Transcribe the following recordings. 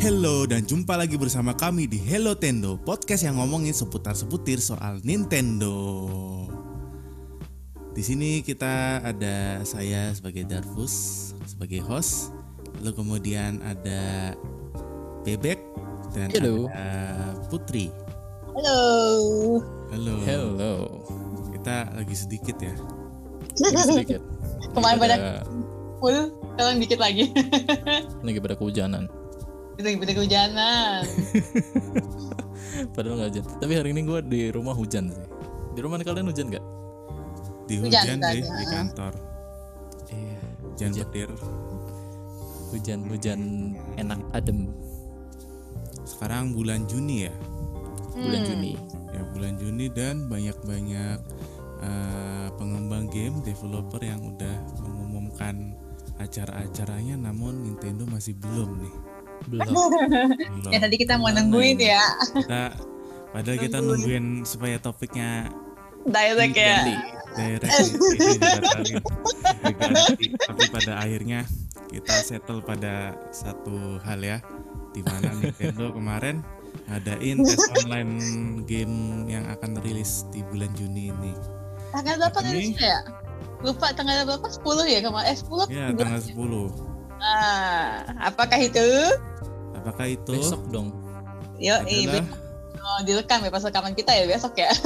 Hello dan jumpa lagi bersama kami di Hello Tendo, podcast yang ngomongin seputar-seputir soal Nintendo. Di sini kita ada saya sebagai Darfus sebagai host, lalu kemudian ada Bebek dan Hello. ada Putri. Halo. Hello. Kita lagi sedikit ya. Sedikit. Kemarin pada full, sekarang dikit lagi. Lagi pada kehujanan. Lagi pada kehujanan. Padahal nggak hujan. Tapi hari ini gue di rumah hujan sih. Di rumah kalian hujan nggak? Di Hujan, hujan sih di kantor. Iya. Hujan petir. Hujan enak adem. Sekarang bulan Juni ya. Bulan Juni. Ya bulan Juni dan banyak-banyak pengembang game, developer yang udah mengumumkan acara-acaranya, namun Nintendo masih belum nih. Belum. Ya tadi kita mau nungguin ya. Padahal kita nungguin supaya topiknya Direct ya. direct dibatalin, diganti. Tapi pada akhirnya kita settle pada satu hal ya, di mana Nintendo kemarin ngadain tes online game yang akan rilis di bulan Juni ini. Tanggal berapa rilisnya ya? Lupa tanggal berapa? 10 ya kemarin? 10? Ya, tanggal 10. Apakah itu? Apakah itu Besok dong. adalah Direkam ya pas rekaman kita ya besok ya.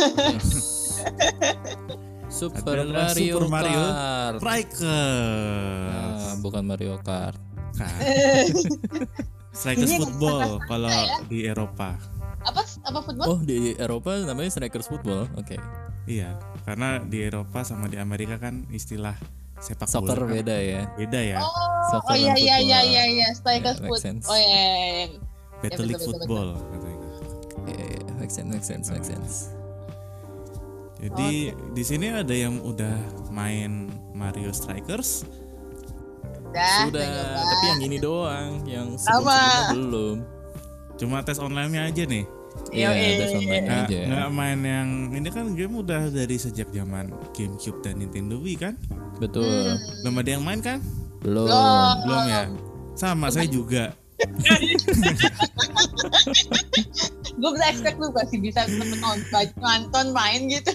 Super adalah Mario Super Mario Kart. Strikers. Bukan Mario Kart. Nah, Strikers Ini football kalau ya? di Eropa. Apa football? Oh, di Eropa namanya Strikers Football. Oke. Iya, karena di Eropa sama di Amerika kan istilah sepak bola Soccer kan beda ya. beda ya. Oh Soccer iya dan iya football. iya Strikers Yeah, make foot. sense. Oh iya. Battle League betul, football katanya. Make sense. Jadi di sini ada yang udah main Mario Strikers. Sudah, tapi yang ini doang, yang Sama. sebelumnya belum. Cuma tes online-nya aja nih. Iya, tes online aja. Nggak main yang ini kan game udah dari sejak zaman GameCube dan Nintendo Wii kan. Betul. Belum ada yang main kan? Belum. Belum ya. Sama saya juga. Gue bisa expect lu pasti bisa nonton main gitu.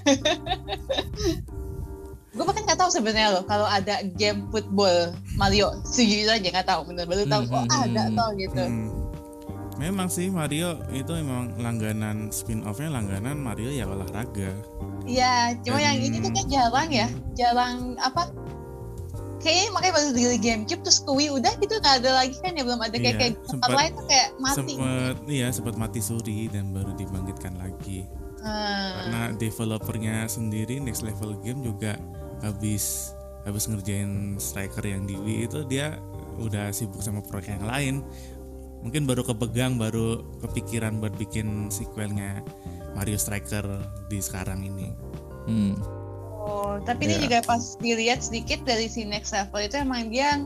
Gue bahkan nggak tahu sebenarnya loh kalau ada game football Mario, sejujurnya aja nggak tahu, bener baru tahu ada tau gitu. Memang sih Mario itu memang langganan spin-off-nya, langganan Mario ya olahraga. Iya, cuma yang ini tuh kan jarang apa? Kayaknya makanya baru di GameCube terus ke Wii udah gitu nggak ada lagi kan ya, belum ada kayak tempat lain tuh kayak mati. Sempat mati suri dan baru dibangkitkan lagi. Karena developernya sendiri Next Level Game juga habis ngerjain Striker yang di Wii itu dia udah sibuk sama proyek yang lain. Mungkin baru kepikiran buat bikin sequelnya Mario Striker di sekarang ini. Oh, tapi ini juga pas dilihat sedikit dari si Next Level itu emang dia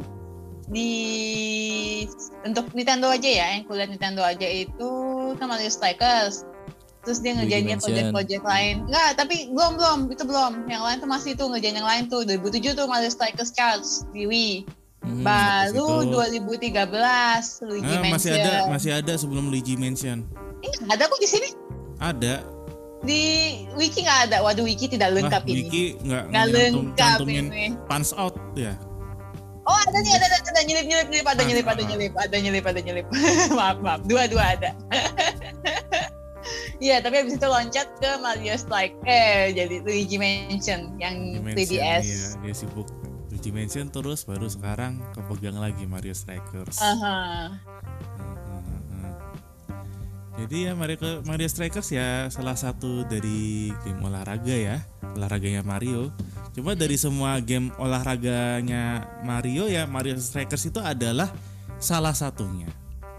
untuk Nintendo aja ya, yang kuliah Nintendo aja itu kan Mario Strikers. Terus dia ngerjainnya project lain. Enggak, tapi belum. Yang lain tuh masih tuh ngerjain yang lain tuh. 2007 tuh Mario Strikers Charge di Wii. Baru 2013 Luigi Mansion. Masih ada sebelum Luigi Mansion. Ini ada kok di sini. Ada. Di Wiki nggak ada. Waduh, Wiki tidak lengkap ini. Wiki nggak lengkap cantumin ini. Punch Out ya. Oh ada nih, ada nyelip. maaf, dua ada. Iya, tapi abis itu loncat ke Mario Strike, jadi Luigi Mansion yang 3DS. Iya, dia sibuk Luigi Mansion terus baru sekarang kepegang lagi Mario Strikers. Jadi ya Mario Strikers ya salah satu dari game olahraganya Mario. Cuma dari semua game olahraganya Mario ya Mario Strikers itu adalah salah satunya.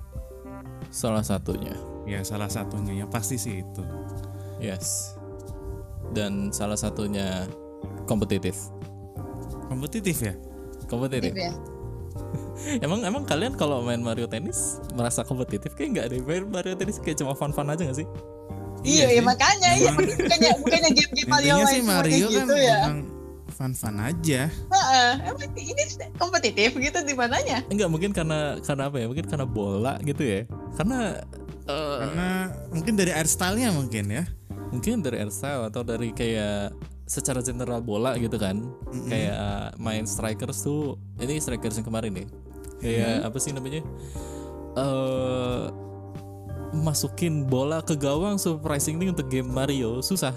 Ya salah satunya ya pasti sih itu. Yes. Dan salah satunya kompetitif ya. Kompetitif. Ya? Emang kalian kalau main Mario Tennis merasa kompetitif? Kayak nggak deh, main Mario Tennis kayak cuma fun aja nggak sih? Iya, makanya bukannya game-game Mario intinya lain sih semua Mario kayak kan gitu ya. memang fun aja. Emang ini kompetitif gitu di mananya? Enggak, mungkin karena apa ya? Mungkin karena bola gitu ya. Karena Mungkin dari art style-nya mungkin ya. Mungkin dari airstyle atau dari kayak secara general bola gitu kan. Kayak main strikers tuh, ini strikers yang kemarin nih. Kayak apa sih namanya? Masukin bola ke gawang surprisingly untuk game Mario susah.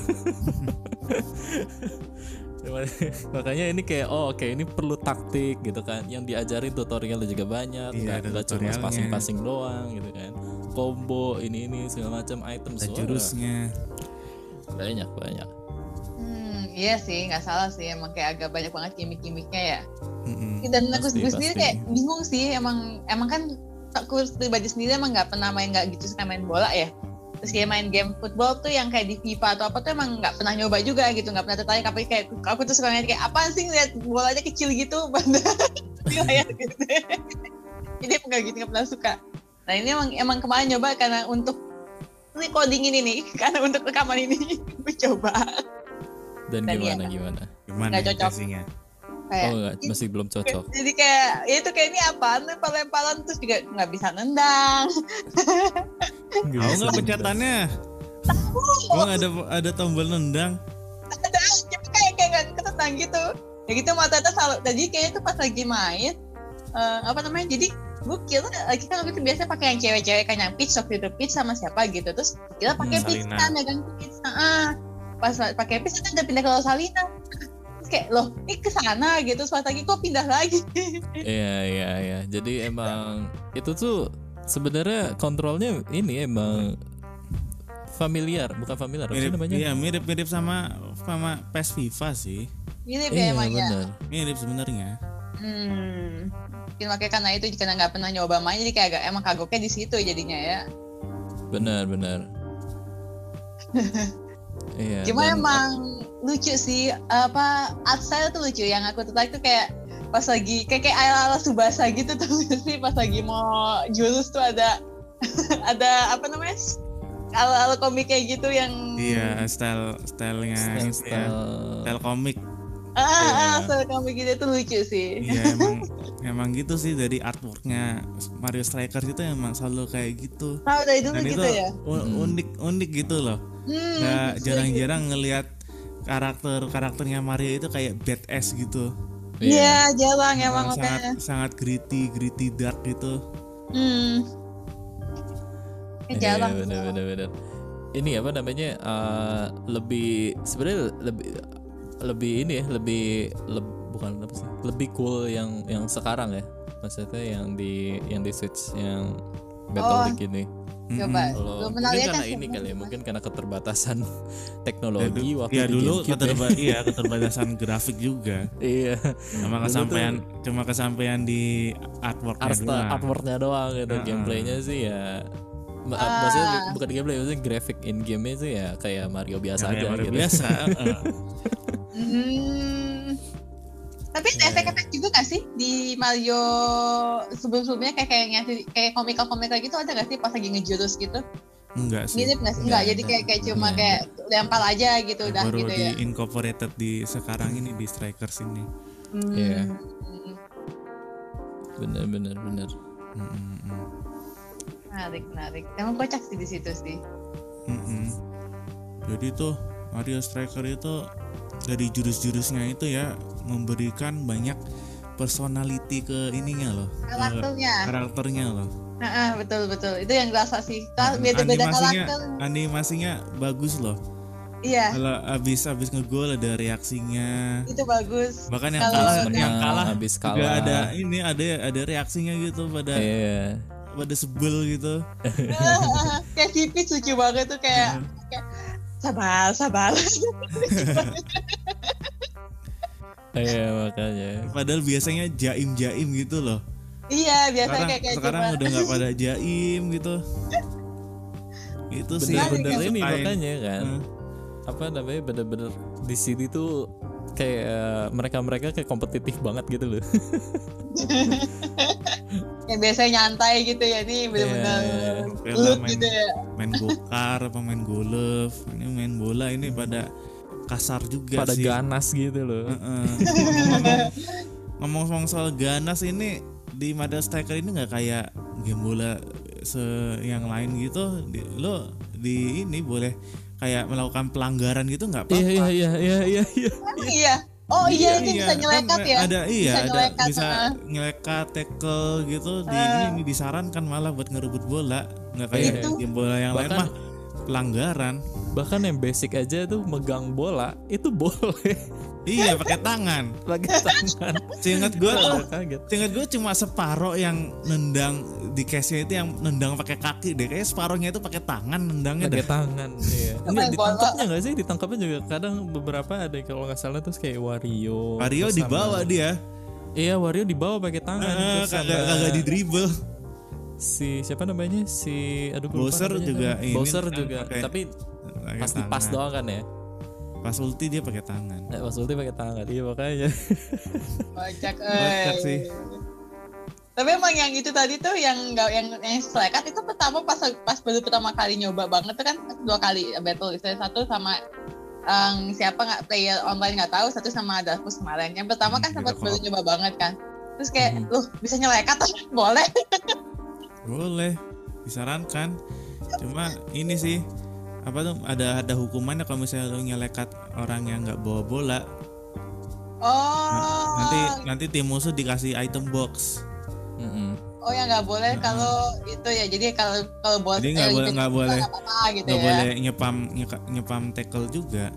Makanya ini kayak oke, ini perlu taktik gitu kan. Yang diajarin tutorialnya juga banyak, nggak cuma passing doang gitu kan. Combo ini segala macam item jurusnya banyak. Iya sih, nggak salah sih, emang kayak agak banyak banget gimmick-gimmicknya ya. Dan aku sendiri kayak bingung sih, emang kan aku pribadi sendiri emang nggak pernah main, nggak gitu suka main bola ya. Terus kayak main game football tuh yang kayak di FIFA atau apa tuh emang nggak pernah nyoba juga gitu, nggak pernah tertarik. Tapi kayak aku tuh suka ngeliat kayak apaan sih ngeliat bolanya kecil gitu pada di layar gitu. Jadi aku nggak pernah suka. Nah ini emang kemarin nyoba karena untuk recording ini nih, karena untuk rekaman ini aku coba. Dan gimana? Nggak cocok. Kayak, masih belum cocok. Jadi kayak ya itu kayak ini apaan, lempar-lemparan terus juga nggak bisa nendang. Tahu nggak pencetannya? Tahu. Emang ada tombol nendang? Ada, cuma kayak nggak ketendang gitu. Ya gitu mata-mata selalu. Jadi kayaknya tuh pas lagi main jadi gue kira lagi kan waktu itu biasa pakai yang cewek-cewek kan yang Peach waktu itu, Peach sama siapa gitu, terus kira pakai Peach kan ya kan Peach. Pas pakai Peach kan udah pindah ke Rosalina. Kayak loh ini kesana gitu, pas lagi kok pindah lagi. Iya. Jadi emang itu tuh sebenarnya kontrolnya ini emang bukan familiar apa sih namanya? Iya, mirip sama PES FIFA sih. Mirip ya emang ya. Mirip sebenarnya. Mungkin makanya karena itu karena nggak pernah nyoba main, jadi kayak emang kagoknya di situ jadinya ya. Benar. Iya. Cuma emang lucu sih, art style tuh lucu. Yang aku tertarik tuh kayak pas lagi kayak ala-ala Tsubasa gitu tuh sih, pas lagi mau jurus tuh ada apa namanya, ala-ala komik kayak gitu yang stylenya style komik. Style komik gitu tuh lucu sih. Iya emang gitu sih, dari artworknya Mario Strikers itu emang selalu kayak gitu. Tahu dari dulu. Dan gitu itu ya. Unik gitu loh. Nggak jarang-jarang ngelihat karakternya Mario itu kayak badass gitu. Iya, jarang emang makanya. Sangat gritty dark gitu. Jarang. Bener. Ini apa namanya? Sebenarnya lebih ini ya, bukan apa sih? Lebih cool yang sekarang ya. Maksudnya yang di Switch yang Battle League ini. Coba. Mungkin karena ini kali ya, mungkin karena keterbatasan teknologi waktu ya dulu keterbatasan grafik juga. Iya. Cuma kesampaian di artworknya doang gitu. Gameplaynya sih ya maksudnya bukan gameplay, maksudnya grafik in game-nya sih ya kayak Mario biasa aja Mario gitu. Biasa. Tapi ada efek-efek juga gak sih di Mario sebelum-sebelumnya kayak komika-komika gitu, ada gak sih pas lagi ngejurus gitu? Enggak sih. Mirip gak sih? Enggak, jadi kayak cuma kayak lempar aja gitu udah baru gitu ya. Baru di incorporated di sekarang ini di Strikers ini. Iya. Benar. Menarik. Emang kocak sih di situ sih. Jadi tuh Mario Striker itu dari jurus-jurusnya itu ya memberikan banyak personality ke ininya loh. Karakternya loh. Betul. Itu yang kerasa sih. Beda-beda karakter. Animasinya bagus loh. Iya. Kalau abis ngegol ada reaksinya. Itu bagus. Bahkan yang kalah abis juga ada reaksinya gitu pada sebel gitu. Kayak tipis lucu banget tuh kayak sabar. Iya makanya. Padahal biasanya jaim gitu loh. Iya biasanya kayak sekarang udah nggak pada jaim gitu. Itu sih bener ini makanya kan. Apa namanya, bener-bener di sini tuh kayak mereka kayak kompetitif banget gitu loh. Yang biasanya nyantai gitu ya, nih bener-bener lut gitu ya. Main gokar apa main golf, ini main bola, ini pada kasar juga pada sih. ganas gitu loh. Ngomong-ngomong soal ganas ini di Mother Striker ini nggak kayak game bola yang lain gitu. Lo di ini boleh kayak melakukan pelanggaran gitu nggak apa-apa. Iya. Iya. Oh iya, itu bisa nyelekat kan ya. Bisa nyelekat tackle gitu. Ini disarankan malah buat ngerebut bola, nggak kayak game bola yang lain mah pelanggaran. Bahkan yang basic aja tuh megang bola itu boleh. Iya, pakai tangan. Seingat gue cuma separoh yang nendang di case-nya itu yang nendang pakai kaki deh. Kayaknya separohnya itu pakai tangan nendangnya. Pakai tangan. Iya. Ini ditangkapnya nggak sih? Ditangkapnya juga kadang beberapa ada kalau nggak salah terus kayak Wario. Wario dibawa dia. Iya, Wario dibawa pakai tangan. Kagak di dribble. Si siapa namanya? Bowser juga. Bowser juga. Tapi pasti pas doang kan ya. Pas ulti dia pakai tangan. Pas ulti pakai tangan. Iya makanya. Kocak sih. Tapi emang yang itu tadi tuh yang selekat itu pertama pas baru pertama kali nyoba banget tuh kan 2 kali battle itu, satu sama siapa nggak player online nggak tahu, satu sama Darkus kemarin. Yang pertama kan sempat baru nyoba banget kan. Terus kayak bisa nyelekat boleh. Boleh, disarankan. Cuma ini sih apa tuh ada hukumannya kalau misalnya lo nyelekat orang yang nggak bawa bola. Nanti tim musuh dikasih item box. Oh ya nggak boleh kalau itu ya. Jadi kalau bos jadi nggak boleh gitu nggak boleh nyepam tackle juga.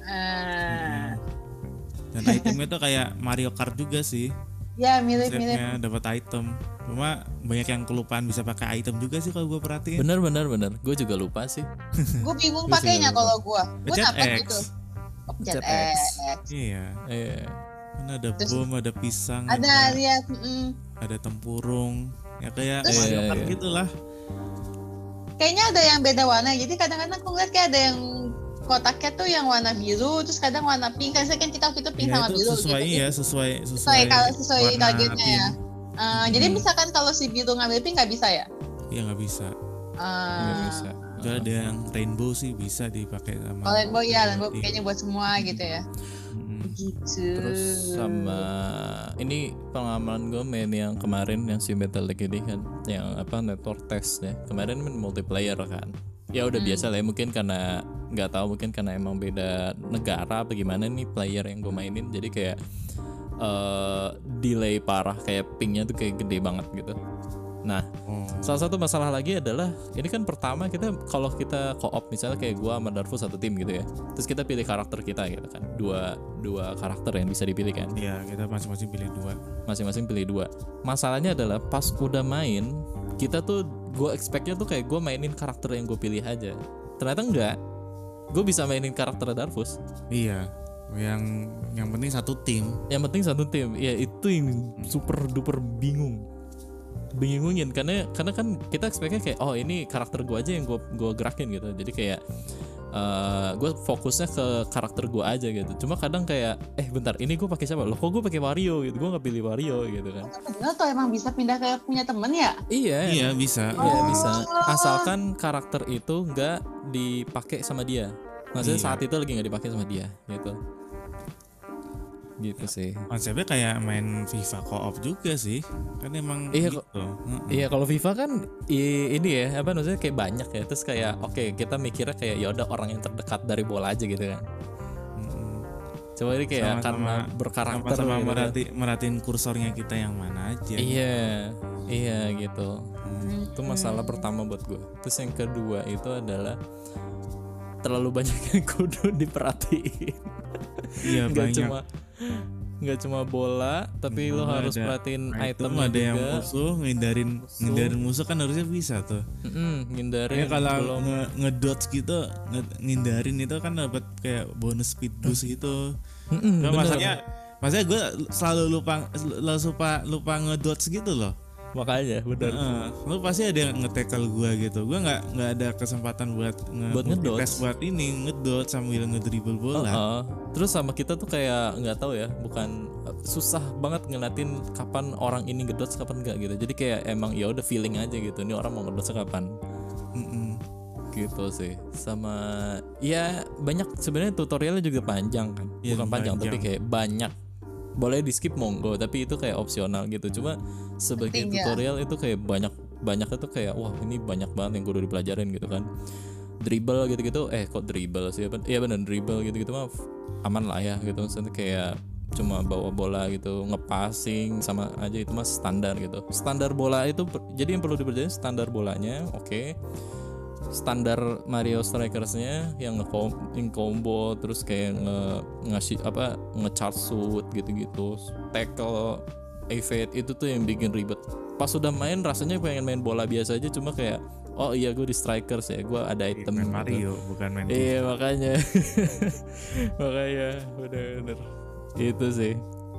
Dan itemnya tuh kayak Mario Kart juga sih. Ya mirip. Dapat item. Cuma banyak yang kelupaan bisa pakai item juga sih kalau gue perhatiin. Bener. Gue juga lupa sih. Gue bingung pakainya kalau gue dapat gitu. Pencet X. Iya. Kan ada bom, ada pisang. Ada lihat. Ada tempurung. Ya kayak Mario Kart gitulah. Kayaknya ada yang beda warna. Jadi kadang-kadang aku lihat kayak ada yang kotaknya tuh yang warna biru, terus kadang warna pink. Kan kita pink sama biru sesuai gitu. Ya, sesuai targetnya ya. Jadi misalkan kalau si biru ngambil pink nggak bisa ya? Iya nggak bisa. Nggak bisa. Jadi ada yang rainbow sih bisa dipakai sama. Oh rainbow ya, rainbow kayaknya buat semua gitu ya. Gitu. Terus sama ini pengalaman gue main yang kemarin yang si Metal Gear ini kan, yang apa network test ya. Kemarin main multiplayer kan. Ya udah biasa lah ya, mungkin karena nggak tahu, mungkin karena emang beda negara apa gimana nih player yang gue mainin, jadi kayak delay parah, kayak pingnya tuh kayak gede banget gitu. Nah, salah satu masalah lagi adalah ini kan pertama kalau kita co-op misalnya kayak gue sama Darfus satu tim gitu ya, terus kita pilih karakter kita gitu kan, dua karakter yang bisa dipilih kan. Iya, kita masing-masing pilih dua. Masalahnya adalah pas udah main kita tuh, gue expectnya tuh kayak gue mainin karakter yang gue pilih aja, ternyata enggak, gue bisa mainin karakter Darfus. Iya, yang penting satu tim. Ya itu yang super duper bingungin karena kan kita expectnya kayak ini karakter gue aja yang gue gerakin gitu, jadi kayak gue fokusnya ke karakter gue aja gitu. Cuma kadang kayak bentar, ini gue pakai siapa? Loh kok gue pakai Wario gitu? Gue nggak pilih Wario gitu kan. Bener tuh, emang bisa pindah ke punya temen ya? Iya bisa. Iya bisa. Asalkan karakter itu nggak dipakai sama dia. Maksudnya saat itu lagi nggak dipakai sama dia gitu sih. Konsepnya kayak main FIFA co-op juga sih, kan emang gitu. Iya, kalau FIFA kan ini ya apa maksudnya kayak banyak ya, terus kayak kita mikirnya kayak ya udah orang yang terdekat dari bola aja gitu kan. Coba ini kayak karena berkarakter sama gitu, merhatiin kursornya kita yang mana aja. Iya gitu. Itu masalah pertama buat gue. Terus yang kedua itu adalah terlalu banyak yang kudu diperhatiin. Iya, banyak. Nggak cuma bola, tapi lo harus perhatiin item ada juga. Yang musuh ngindarin musuh kan harusnya bisa tuh. Ngindarin. Ya kalau ngedodge gitu, ngindarin itu kan dapat kayak bonus speed boost gitu. Nah, maksudnya gue selalu lupa ngedodge gitu loh. Makanya benar. Lu pasti ada yang nge-tackle gue gitu. Gue nggak ada kesempatan buat ngedodge, buat ini ngedodge sambil ngedribble bola. Terus sama kita tuh kayak nggak tahu ya, bukan susah banget ngeliatin kapan orang ini ngedodge kapan enggak gitu. Jadi kayak emang ya udah feeling aja gitu. Ini orang mau ngedodge kapan. gitu sih. Sama ya banyak sebenarnya tutorialnya juga panjang kan. Iya, Bukan panjang tapi panjang. kayak banyak. Boleh di skip monggo, tapi itu kayak opsional gitu. Cuma sebagai Penting ya. tutorial itu kayak banyak itu kayak wah ini banyak banget yang gue udah dipelajarin gitu kan. Dribble gitu-gitu, kok dribble sih? Iya bener dribble gitu-gitu mah aman lah ya gitu. Maksudnya kayak cuma bawa bola gitu, ngepassing sama aja itu mah standar gitu. Standar bola itu jadi yang perlu dipelajari standar bolanya, oke. Standar Mario Strikersnya yang combo terus kayak ngasih apa nge-charge shoot gitu-gitu, tackle, evade itu tuh yang bikin ribet. Pas sudah main rasanya pengen main bola biasa aja, cuma kayak oh iya gue di Strikers ya, gue ada item Main gitu. Mario bukan main Iya makanya makanya bener-bener itu sih.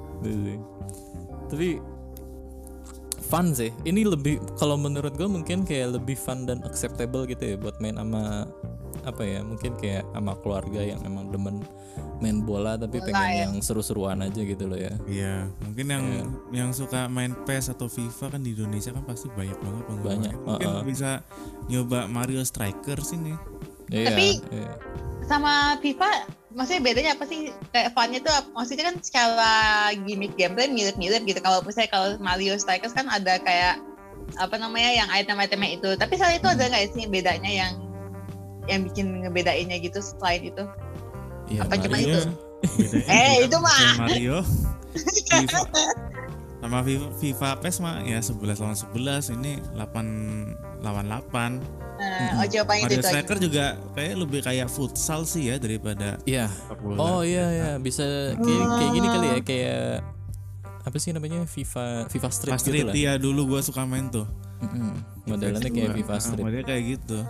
Tapi fun sih. Ini lebih kalau menurut gue mungkin kayak lebih fun dan acceptable gitu ya buat main sama apa ya, mungkin kayak sama keluarga yang emang demen main bola tapi Bola, pengen ya. yang seru-seruan aja gitu loh ya. Iya, mungkin yang suka main PES atau FIFA kan di Indonesia kan pasti banyak banget penggemarnya. Banyak, Mungkin bisa nyoba Mario Strikers ini. Iya, Tapi- iya. Sama FIFA maksudnya bedanya apa sih? Kayak funnya tuh maksudnya kan secara gimmick gameplay mirip-mirip gitu. Kalau misalnya kalau Mario Strikers kan ada kayak apa namanya yang item-itemnya itu. Tapi selain itu ada nggak sih bedanya yang bikin ngebedainnya gitu selain itu? Iya, Apa cuma Mario. itu? Bedanya itu mah. kayak Mario, FIFA, sama FIFA PES mah ya 11 lawan 11, ini 8 lawan 8. Nah, coba Mario itu aja. Striker juga kayak lebih kayak futsal sih ya daripada Iya. sepak bola. Oh iya bisa kayak gini kali ya, kayak apa sih namanya FIFA Street Pas gitu Street lah. ya dulu gua suka main tuh. Modelannya kayak FIFA Street. Modelnya kayak gitu.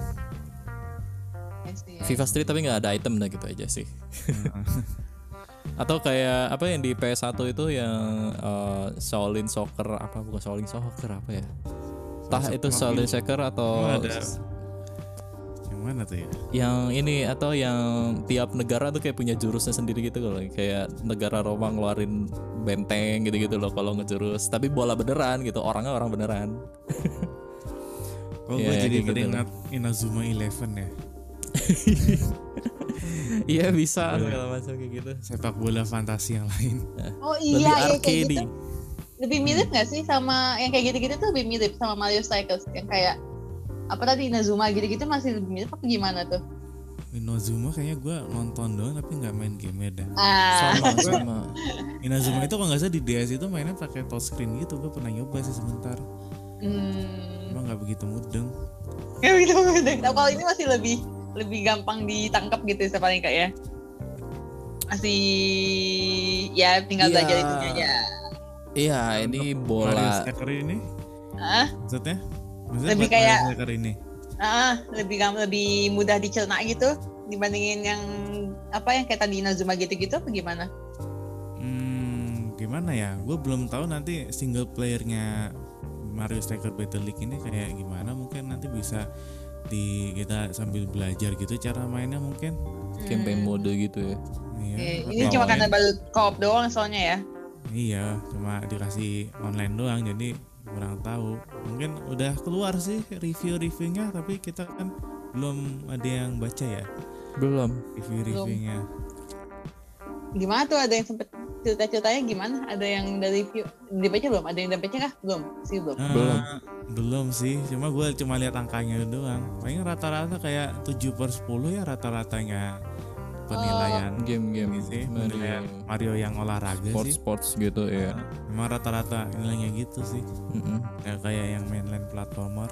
FIFA Street tapi nggak ada item dah gitu aja sih. Atau kayak apa yang di PS1 itu yang Shaolin Soccer apa, bukan Shaolin Soccer apa ya? Entah itu Shaolin Soccer atau Oh, ada. Yang mana tuh ya? yang ini, atau yang tiap negara tuh kayak punya jurusnya sendiri gitu loh. Kayak negara Roma ngeluarin benteng gitu-gitu loh kalau ngejurus. Tapi bola beneran gitu, orangnya orang beneran. Oh, Ya, gue jadi kayak gitu teringat Inazuma Eleven ya. Iya bisa segala macam kayak gitu. Sepak bola fantasi yang lain. Oh Lebih iya, ya, kayak arcade. gitu. Lebih mirip nggak sih sama yang kayak gitu-gitu tuh lebih mirip sama Mario Strikers yang kayak apa tadi Inazuma gitu-gitu masih lebih mirip apa gimana tuh? Inazuma kayaknya gue nonton doang tapi nggak main game dah. Sama. Inazuma itu kalau nggak salah di DS itu mainnya pakai touchscreen gitu. Gue pernah nyoba sih sebentar. Emang nggak begitu mudeng. Ya gitu. Nah, kalau ini masih lebih gampang ditangkap gitu ya paling kayak ya. Masih ya tinggal Iya. belajar itunya aja. Iya, ini Mario bola. Striker ini Ah, maksudnya Lebih buat kayak- Mario Striker ini. lebih mudah dicerna gitu dibandingin yang apa yang kayak tadi Inazuma gitu-gitu apa gimana? Gimana ya? Gue belum tahu nanti single playernya Mario Striker Battle League ini kayak gimana. Mungkin nanti bisa kita sambil belajar gitu cara mainnya mungkin. Campaign mode gitu ya. Iya. Ini cuma karena baru co-op doang soalnya ya. Iya, cuma dikasih online doang jadi kurang tahu. Mungkin udah keluar sih review-reviewnya tapi kita kan belum ada yang baca ya Belum. review-reviewnya. Gimana tuh, ada yang sempet cerita-ceritanya gimana? Ada yang dari review dibaca belum? Ada yang baca kah? Belum. Belum. Belum sih, cuma gue cuma lihat angkanya doang. Paling rata-rata kayak 7/10 ya rata-ratanya penilaian Game-game ini sih, penilaian Mario yang olahraga sih. sports gitu ya. Memang rata-rata nilainya gitu sih. Kayak yang mainline platformer.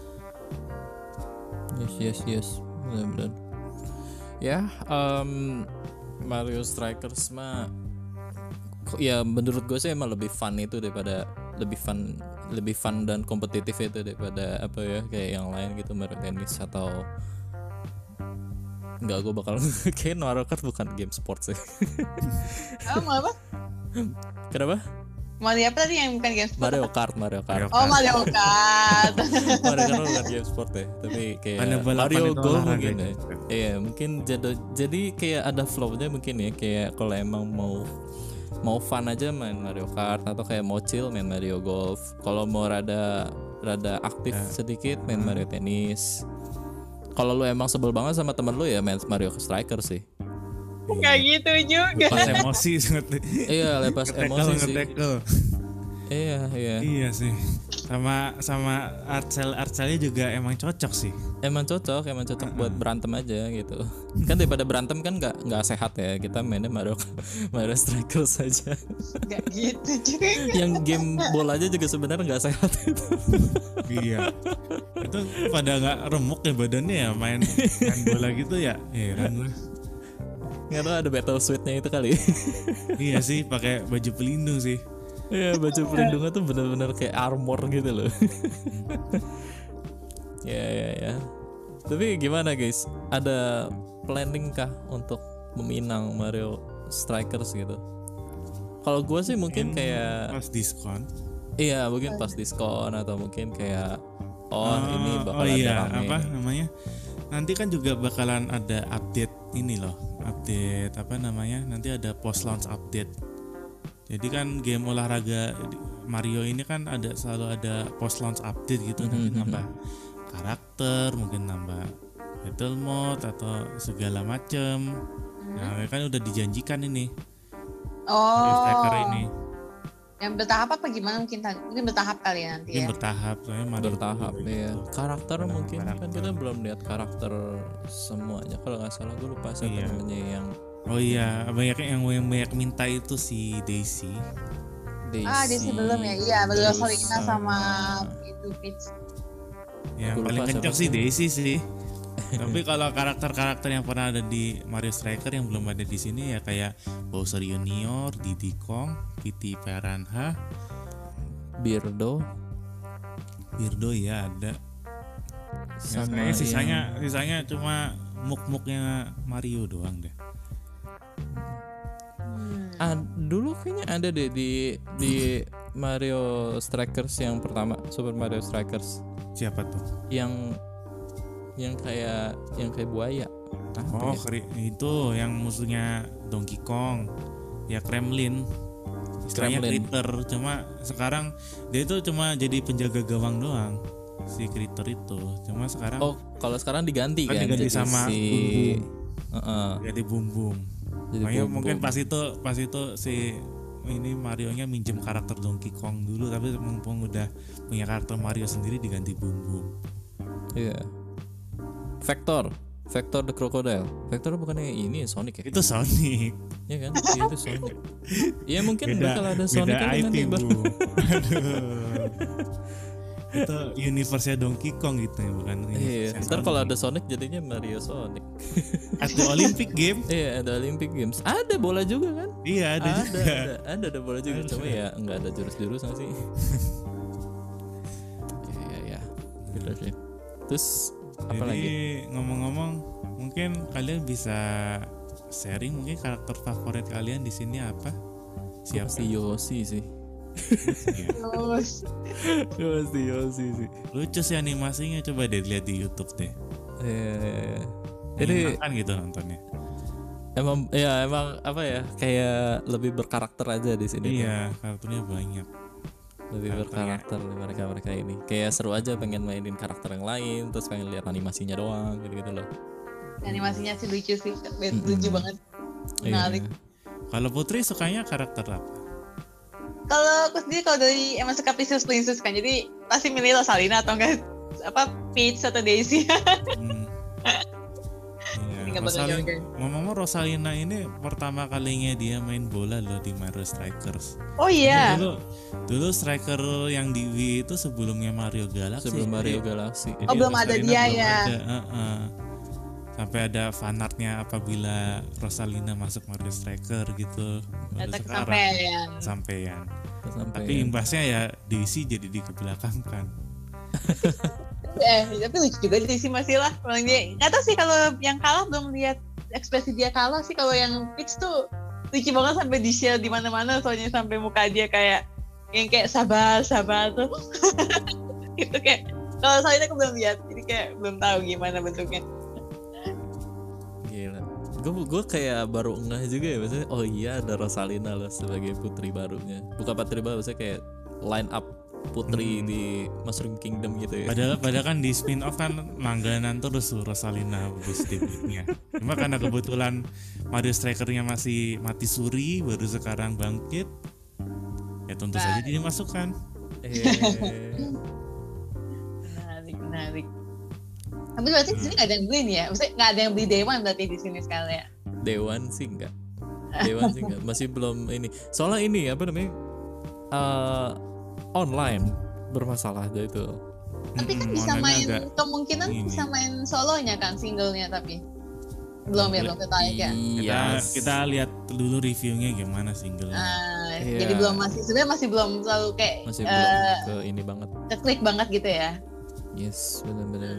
Yes. Benar-benar. Ya, Mario Strikers mah ya menurut gue sih emang lebih fun itu daripada lebih fun dan kompetitif itu daripada apa ya kayak yang lain gitu, Mario Tennis atau enggak, gue bakal kayak Mario Kart bukan game sport sih. Mau apa? Kenapa? Mario apa tadi yang bukan game sport? Mario Kart. Oh, Mario Kart. Mario Kart bukan game sport ya, tapi kayak Ada balapan Mario itu Golf olahraga mungkin ya. juga. Iya, mungkin jadi kayak ada flow-nya mungkin ya, kayak kalau emang mau fun aja main Mario Kart, atau kayak mau chill main Mario Golf. Kalau mau rada aktif sedikit main Mario Tennis. Kalau lu emang sebel banget sama temen lu ya main Mario Striker sih. Nggak gitu juga. Pas emosi Iya, lepas emosi sih. nge-tackle. Iya sih. Sama Arcel-Arcelnya juga emang cocok sih. Emang cocok buat berantem aja gitu. Kan daripada berantem kan nggak sehat ya. Kita mainnya Mario Striker saja. Nggak gitu juga. Yang game bola aja juga sebenarnya nggak sehat itu. Iya. Itu pada nggak remuk ya badannya ya main bola gitu ya. Heran gue. Nggak tahu ada battle suit-nya itu kali. Iya sih, pakai baju pelindung sih. Iya, baju pelindungnya tuh benar-benar kayak armor gitu loh. Ya. Tapi gimana guys? Ada planning kah untuk meminang Mario Strikers gitu? Kalau gue sih mungkin kayak pas diskon. Iya, mungkin pas diskon atau mungkin kayak ini bakal ada rame. Apa namanya? Nanti kan juga bakalan ada update ini loh. Update apa namanya? Nanti ada post launch update. Jadi kan game olahraga Mario ini kan selalu ada post launch update gitu, nanti nambah karakter, mungkin nambah battle mode atau segala macem. Nah kan udah dijanjikan ini. Striker ini. Yang bertahap apa gimana mungkin bertahap kali ya nanti ya. Mungkin bertahap, soalnya Mario bertahap ya. gitu. Karakter mungkin kan kita belum lihat karakter semuanya. Kalau nggak salah gue lupa siapa namanya yang. Oh iya, yang banyak minta itu si Daisy. Daisy belum ya. Iya, belum Rosalina sama itu Peach. Yang paling kencang sih Daisy sih. Tapi kalau karakter-karakter yang pernah ada di Mario Striker yang belum ada di sini ya kayak Bowser Junior, Diddy Kong, P.T. Piranha, Birdo ya ada. Sama sisanya cuma muk-muknya Mario doang deh. Dulu kayaknya ada deh di Mario Strikers yang pertama, Super Mario Strikers. Siapa tuh? Yang kayak buaya. Itu yang musuhnya Donkey Kong. Ya Kremlin. Istilahnya Critter. Cuma sekarang dia itu cuma jadi penjaga gawang doang. Si Critter itu. Cuma sekarang kalau sekarang diganti kan diganti jadi sama Bum. Jadi Bum. Makanya mungkin pas itu si ini Mario-nya minjem karakter Donkey Kong dulu, tapi mumpung udah punya karakter Mario sendiri diganti Bum. Iya. Vector the Crocodile. Vector bukannya ini Sonic ya? Itu Sonic. Iya kan? Iya itu Sonic. Iya mungkin bakal ada Sonic beda nanti IP, Bu. Itu universe-nya Donkey Kong gitu ya, bukan? Iya. Ntar kalau ada Sonic jadinya Mario Sonic. Ada Olympic Game. Iya, ada Olympic Games. Ada bola juga kan? Iya, ada juga. Ada bola juga. Cuma ya nggak ada jurus-jurusan sih. Iya. Gitu sih. Terus apa lagi? Ngomong-ngomong, mungkin kalian bisa sharing mungkin karakter favorit kalian di sini apa? Siapa? Si Yoshi sih. Yoshi sih. Lucu sih animasinya, coba deh lihat di YouTube deh. Jadi kan gitu nontonnya. Emang apa ya? Kayak lebih berkarakter aja di sini. Iya, karakternya banyak. Lebih berkarakter mereka ini. Kayak seru aja pengen mainin karakter yang lain, terus pengen lihat animasinya doang gitu loh. Animasinya sih lucu sih, lucu banget. Menarik. Kalau Putri sukanya karakter apa? Kalau aku sendiri dari emang suka Princess kan, jadi pasti milih Rosalina atau enggak Peach atau Daisy. Ngomong Rosalina ini pertama kalinya dia main bola loh di Mario Strikers. Oh iya. Dulu striker yang di Wii itu sebelumnya Mario Galaxy. Sebelum Mario Galaxy. Oh belum ada dia ya. Sampai ada fanartnya apabila Rosalina masuk Mario Striker gitu. Sampeyan. Tapi imbasnya ya Daisy jadi dikebelakangkan. Tapi lucu juga Daisy masih lah. Nggak tahu sih kalau yang kalah belum lihat ekspresi dia kalah sih. Kalau yang Peach tuh lucu banget sampai di share di mana-mana, soalnya sampai muka dia kayak yang kayak sabar tuh. Gitu kayak. Kalau soalnya aku belum lihat, jadi kayak belum tahu gimana bentuknya. Gila. Gue kayak baru ngeh juga ya, maksudnya oh iya ada Rosalina loh sebagai putri barunya. Bukan putri baru, maksudnya kayak line up putri di Mushroom Kingdom gitu ya. Padahal kan di spin off kan langganan terus Rosalina habis debutnya. Cuma karena kebetulan Mario Striker-nya masih mati suri, baru sekarang bangkit, ya tentu saja dia dimasukkan. Menarik. Tapi berarti di sini nggak ada yang beli nih ya? Maksudnya nggak ada yang beli Day One berarti di sini sekali ya? Dewan sih enggak. Masih belum ini. Soalnya ini apa namanya? Online bermasalah aja itu. Tapi kan bisa main, kemungkinan bisa main solonya kan, singlenya, tapi belum tertarik ya. Kita lihat dulu reviewnya gimana singlenya. Jadi sebenarnya masih belum terlalu kayak masih belum ke ini banget. Ke klik banget gitu ya. Yes, benar.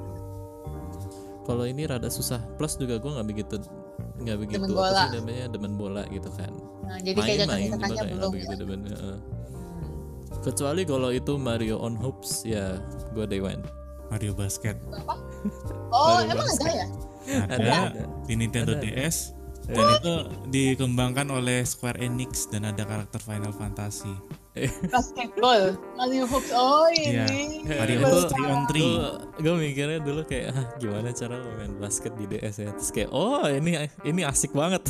Kalau ini rada susah. Plus juga gue nggak begitu demen bola. Apa sih namanya, demen bola gitu kan. Nah, jadi kayak cuma belum begitu demen. Kecuali kalau itu Mario on Hoops ya gue Day One. Mario Basket. Oh, Mario emang Basket. Ada ya? Ada di Nintendo DS. Dan itu dikembangkan oleh Square Enix dan ada karakter Final Fantasy. Basketball, Mario Hoops. Oh ini. Mario Hoops 3-on-3. Gue mikirnya dulu kayak gimana cara main basket di DS ya. Terus kayak ini asik banget.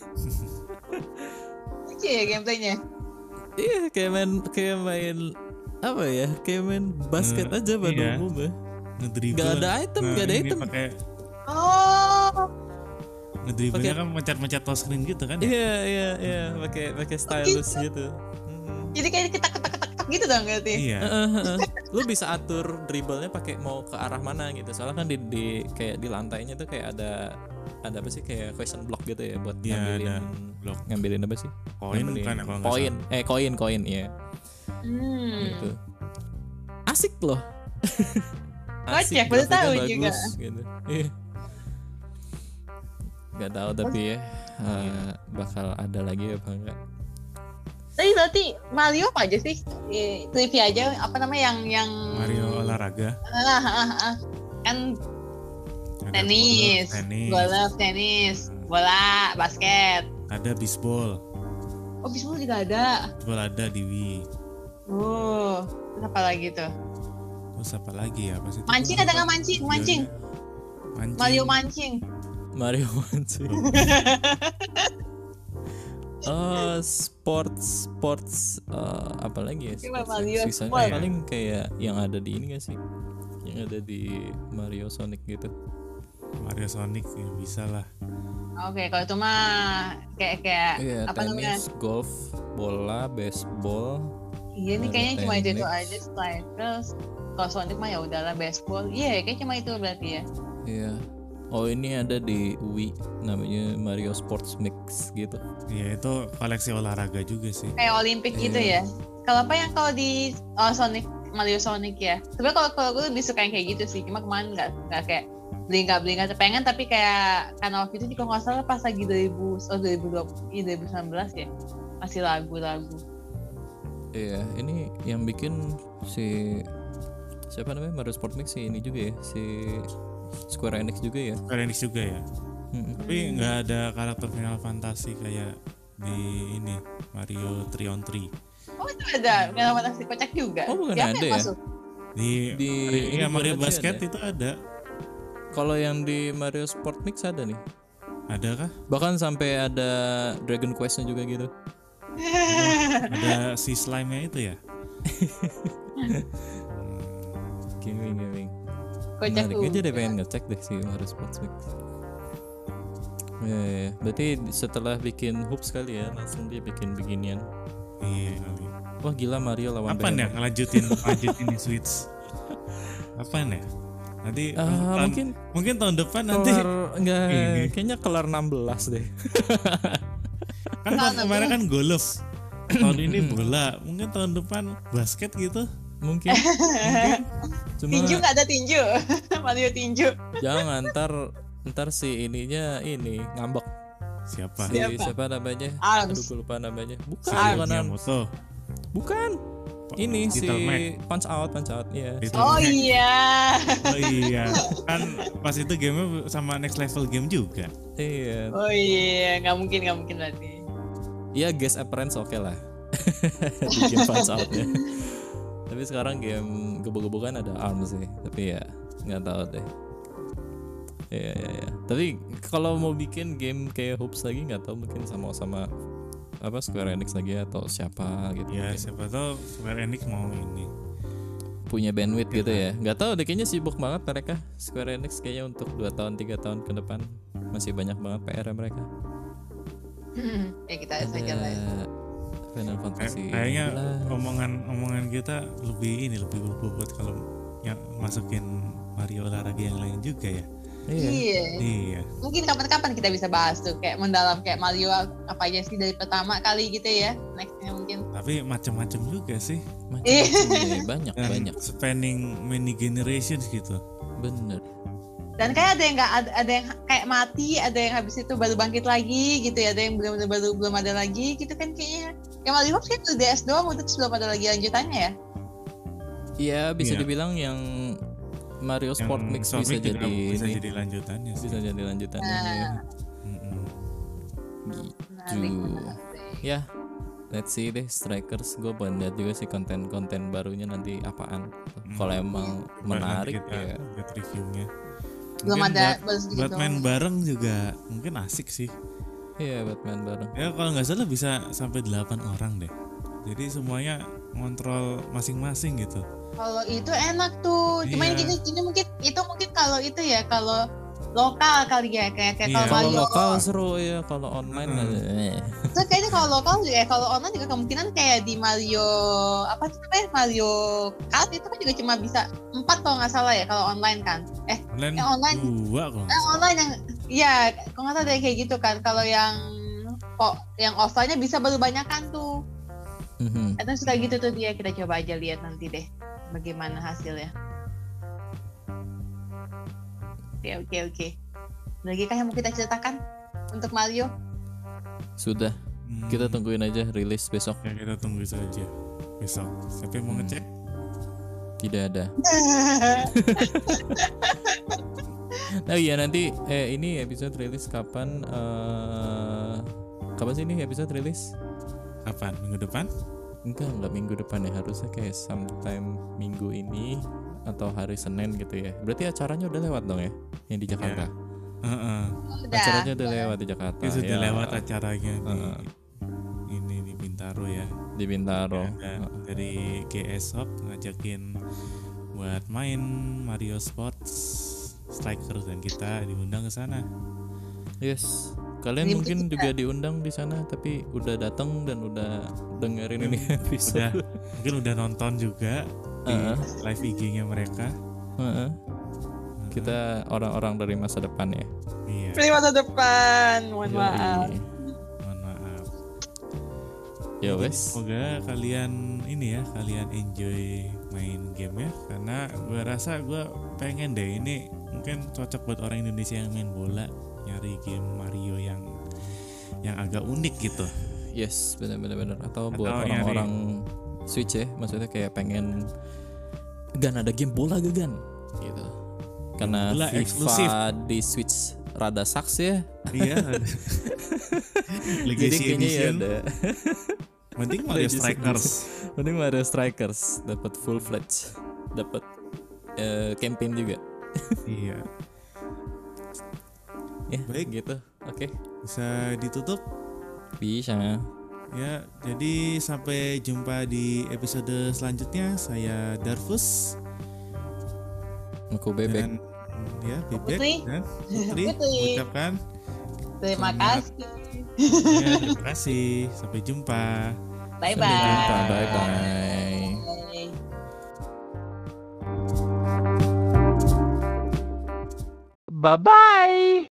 Oke ya gameplaynya. Iya kayak main apa ya? Kayak main basket aja pada umumnya. Gak ada item, gak ada item. Ngedribblenya kan mencet-mencet touchscreen gitu kan? Iya, pakai stylus gitu. Jadi kayak kita ketak gitu dong berarti. Iya. Lu bisa atur dribblenya pakai mau ke arah mana gitu. Soalnya kan di kayak di lantainya tuh kayak ada apa sih kayak question block gitu ya buat ngambilin apa sih? Koin bukan apa? Koin ya. Gitu. Asik loh. Kocak, baru tahu juga. Gitu. Gak tahu tapi ya bakal ada lagi apa enggak. Tapi berarti Mario apa aja sih? Trivia aja apa namanya yang Mario olahraga. Kan tenis, bola, basket. Ada bisbol. Oh, bisbol juga ada. Bisbol ada di Wii. Oh, apa lagi tuh? Terus apa lagi ya? Apa sih? Mancing ada nggak mancing? Mario mancing. Sports apa lagi ya? Sisanya paling kayak yang ada di ini nggak sih? Yang ada di Mario Sonic gitu. Mario Sonic ya bisa lah. Oke, kalau itu mah kayak apa tenis, namanya? Golf, bola, baseball. Iya nih kayaknya cuma itu aja Strikers. Kalau Sonic mah ya udahlah baseball. Iya, kayaknya cuma itu berarti ya. Iya. Oh ini ada di Wii namanya Mario Sports Mix gitu. Iya itu koleksi olahraga juga sih. Kayak Olimpik gitu ya. Kalau apa yang kalau di Mario Sonic ya. Sebenarnya kalau gue lebih suka yang kayak gitu sih. Cuma kemarin nggak kayak beli nggak pengen tapi kayak karena waktu itu juga nggak salah pas lagi 2019 ya masih lagu-lagu. Iya ini yang bikin siapa namanya Mario Sports Mix sih ini juga ya si Square Enix juga ya. Tapi nggak ada karakter Final Fantasy kayak di ini Mario 3-on-3. Oh itu ada Final Fantasy kocak juga. Oh bukan ada ya? Di Mario Basket itu ada. Kalau yang di Mario Sport Mix ada nih. Ada kah? Bahkan sampai ada Dragon Quest-nya juga gitu. Ada si slime-nya itu ya? Gaming. Kocak tuh. Aja deh pengen ngecek deh si Mario Sports Mix. Berarti setelah bikin hoops kali ya langsung dia bikin beginian. Iya kali. Wah gila Mario lawan Apaan ya ngelanjutin di Switch? Apaan ya? Nanti mungkin tahun depan nanti enggak kayaknya kelar 16 deh. Kan kemarin kan golf. Tahun ini bola, mungkin tahun depan basket gitu. Mungkin. Cuma tinju nggak ada tinju. Mario tinju. Jangan ntar si ininya ini ngambek. Siapa namanya? Aduh gue lupa namanya. Bukan. Ini si Punch Out ya. Oh iya. Kan pas itu game sama Next Level Game juga. Iya. Oh iya, nggak mungkin berarti. Iya, guest appearance oke lah. Di game Punch Out ya. Tapi sekarang game gebuk-gebukan ada ARMS sih. Tapi ya nggak tahu deh. Ya. Tapi kalau mau bikin game kayak Hoops lagi nggak tahu, mungkin sama apa Square Enix lagi atau siapa gitu. Ya mungkin. siapa tahu Square Enix mau ini Punya bandwidth gitu ya. Nggak tahu deh, kayaknya sibuk banget mereka. Square Enix kayaknya untuk 2 tahun 3 tahun ke depan masih banyak banget PR mereka. Ya kita saja lah. Final Fantasy. kayaknya omongan kita lebih berbobot kalau yang masukin Mario olahraga yang lain juga ya. Iya. Mungkin kapan-kapan kita bisa bahas tuh kayak mendalam kayak Mario apa aja sih dari pertama kali gitu ya. Nextnya mungkin. Tapi macam-macam juga sih. Banyak. Spanning many generations gitu. Bener. Dan kayak ada yang kayak mati, ada yang habis itu baru bangkit lagi gitu ya, ada yang benar-benar belum ada lagi gitu kan kayaknya. Kayak Mario Hops kan tuh DS doang, udah terus belum ada lagi lanjutannya ya. Iya, bisa dibilang yang Mario Sport Mix bisa jadi lanjutannya sih. Bisa jadi lanjutannya. Gitu. Ya, let's see deh Strikers. Gue pengen lihat juga sih konten-konten barunya nanti apaan. Kalau emang menarik ya. Buat reviewnya. Belum ada buat main bareng juga mungkin asik sih. Iya, buat main bareng. Ya kalau nggak salah bisa sampai 8 orang deh. Jadi semuanya ngontrol masing-masing gitu. Kalau itu enak tuh. Cuman ini mungkin kalau itu ya kalau lokal kali ya kayak kalau lokal seru ya, kalau online So kayaknya kalau lokal juga kalau online juga kemungkinan kayak di Mario apa sih namanya Mario Kart itu kan juga cuma bisa 4 kalau nggak salah ya kalau online kan. Online 2 kalau. Online yang iya kalau nggak salah kayak gitu kan. Kalau yang offline-nya bisa baru banyakan tuh. Atau suka gitu tuh dia, kita coba aja lihat nanti deh bagaimana hasilnya. Oke. Lagi kah yang mau kita ceritakan untuk Mario? Sudah. Kita tungguin aja rilis besok. Ya kita tunggu saja besok. Siapa yang mau ngecek? Tidak ada. Nah iya nanti ini episode rilis kapan? Kapan sih ini episode rilis? Kapan? Minggu depan? Enggak minggu depan ya, harusnya kayak sometime minggu ini atau hari Senin gitu ya. Berarti acaranya udah lewat dong ya, yang di Jakarta. Acaranya udah lewat di Jakarta. Ya, sudah lewat acaranya di Bintaro ya. Di Bintaro. Dari GS Shop ngajakin buat main Mario Sports Strikers dan kita diundang ke sana. Yes. Kalian mungkin juga diundang di sana, tapi udah datang dan udah dengerin ini episode. Mungkin udah nonton juga di live IG-nya mereka. Kita orang-orang dari masa depan ya. Iya. Dari masa depan, mohon maaf. Ya wes. Semoga kalian enjoy main game ya, karena gue rasa gue pengen deh ini mungkin cocok buat orang Indonesia yang main bola, nyari game Mario yang agak unik gitu. Yes, benar. Atau buat orang-orang Switch ya, maksudnya kayak pengen ada game bola gitu. Karena bola FIFA eksklusif di Switch rada saks ya. Iya. Legacy Edition. Ya Mending Mario Strikers. Mending Mario Strikers dapat full fledged, dapat campaign juga. Iya. Ya, baik gitu. Oke. Bisa ditutup? Bisa. Ya, jadi sampai jumpa di episode selanjutnya. Saya Darfus. Aku Bebek. Dan ya, Bebek dan Putri mengucapkan terima kasih. Ya, terima kasih. Sampai jumpa. Bye-bye. Sampai jumpa. Bye-bye. Bye-bye.